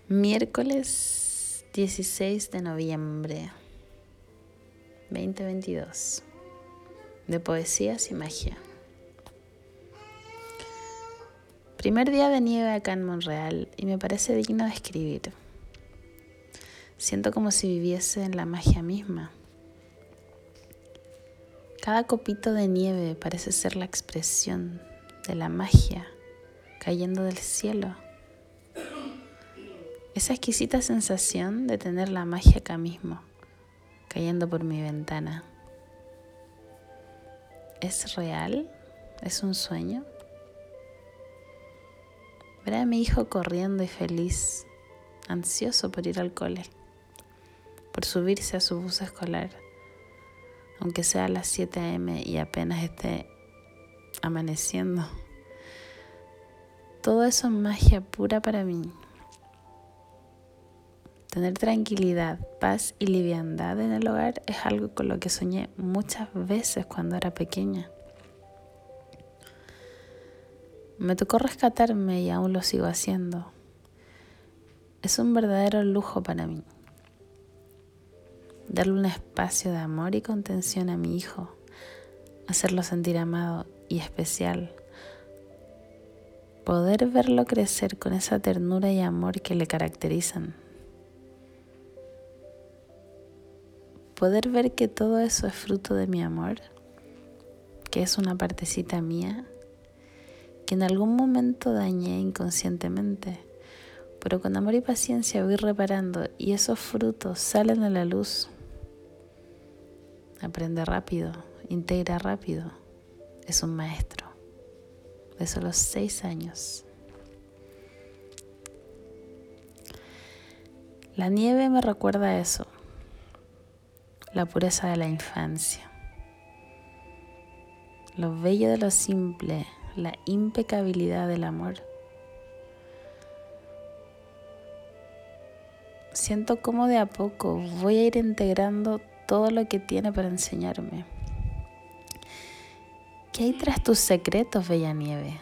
Miércoles 16 de noviembre 2022. De poesías y magia. Primer día de nieve acá en Montreal y me parece digno de escribir. Siento como si viviese en la magia misma. Cada copito de nieve parece ser la expresión de la magia cayendo del cielo. Esa exquisita sensación de tener la magia acá mismo, cayendo por mi ventana. ¿Es real? ¿Es un sueño? Ver a mi hijo corriendo y feliz, ansioso por ir al cole, por subirse a su bus escolar, aunque sea a las 7 a.m. y apenas esté amaneciendo. Todo eso es magia pura para mí. Tener tranquilidad, paz y liviandad en el hogar es algo con lo que soñé muchas veces cuando era pequeña. Me tocó rescatarme y aún lo sigo haciendo. Es un verdadero lujo para mí. Darle un espacio de amor y contención a mi hijo, hacerlo sentir amado y especial. Poder verlo crecer con esa ternura y amor que le caracterizan. Poder ver que todo eso es fruto de mi amor, que es una partecita mía, que en algún momento dañé inconscientemente, pero con amor y paciencia voy reparando y esos frutos salen a la luz. Aprende rápido, integra rápido, es un maestro de solo 6 años. La nieve me recuerda a eso, la pureza de la infancia, lo bello de lo simple, la impecabilidad del amor. Siento cómo de a poco voy a ir integrando todo lo que tiene para enseñarme. ¿Qué hay tras tus secretos, bella nieve?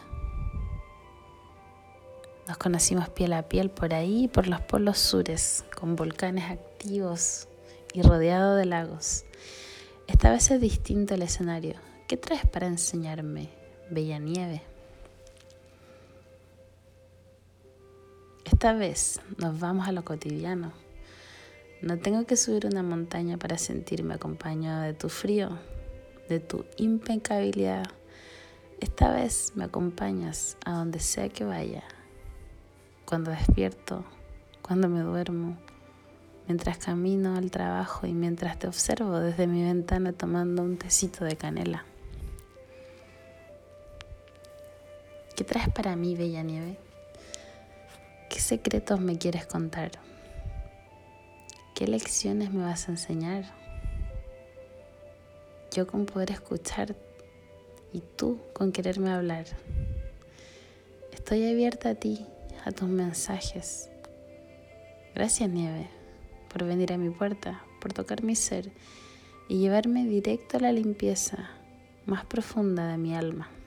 Nos conocimos piel a piel por ahí, por los polos sures, con volcanes activos y rodeado de lagos. Esta vez es distinto el escenario. ¿Qué traes para enseñarme, bella nieve? Esta vez nos vamos a lo cotidiano. No tengo que subir una montaña para sentirme acompañado de tu frío, de tu impecabilidad. Esta vez me acompañas a donde sea que vaya. Cuando despierto, cuando me duermo, mientras camino al trabajo y mientras te observo desde mi ventana tomando un tecito de canela. ¿Qué traes para mí, bella nieve? ¿Qué secretos me quieres contar? ¿Qué lecciones me vas a enseñar? Yo con poder escuchar y tú con quererme hablar. Estoy abierta a ti, a tus mensajes. Gracias, nieve, por venir a mi puerta, por tocar mi ser y llevarme directo a la limpieza más profunda de mi alma.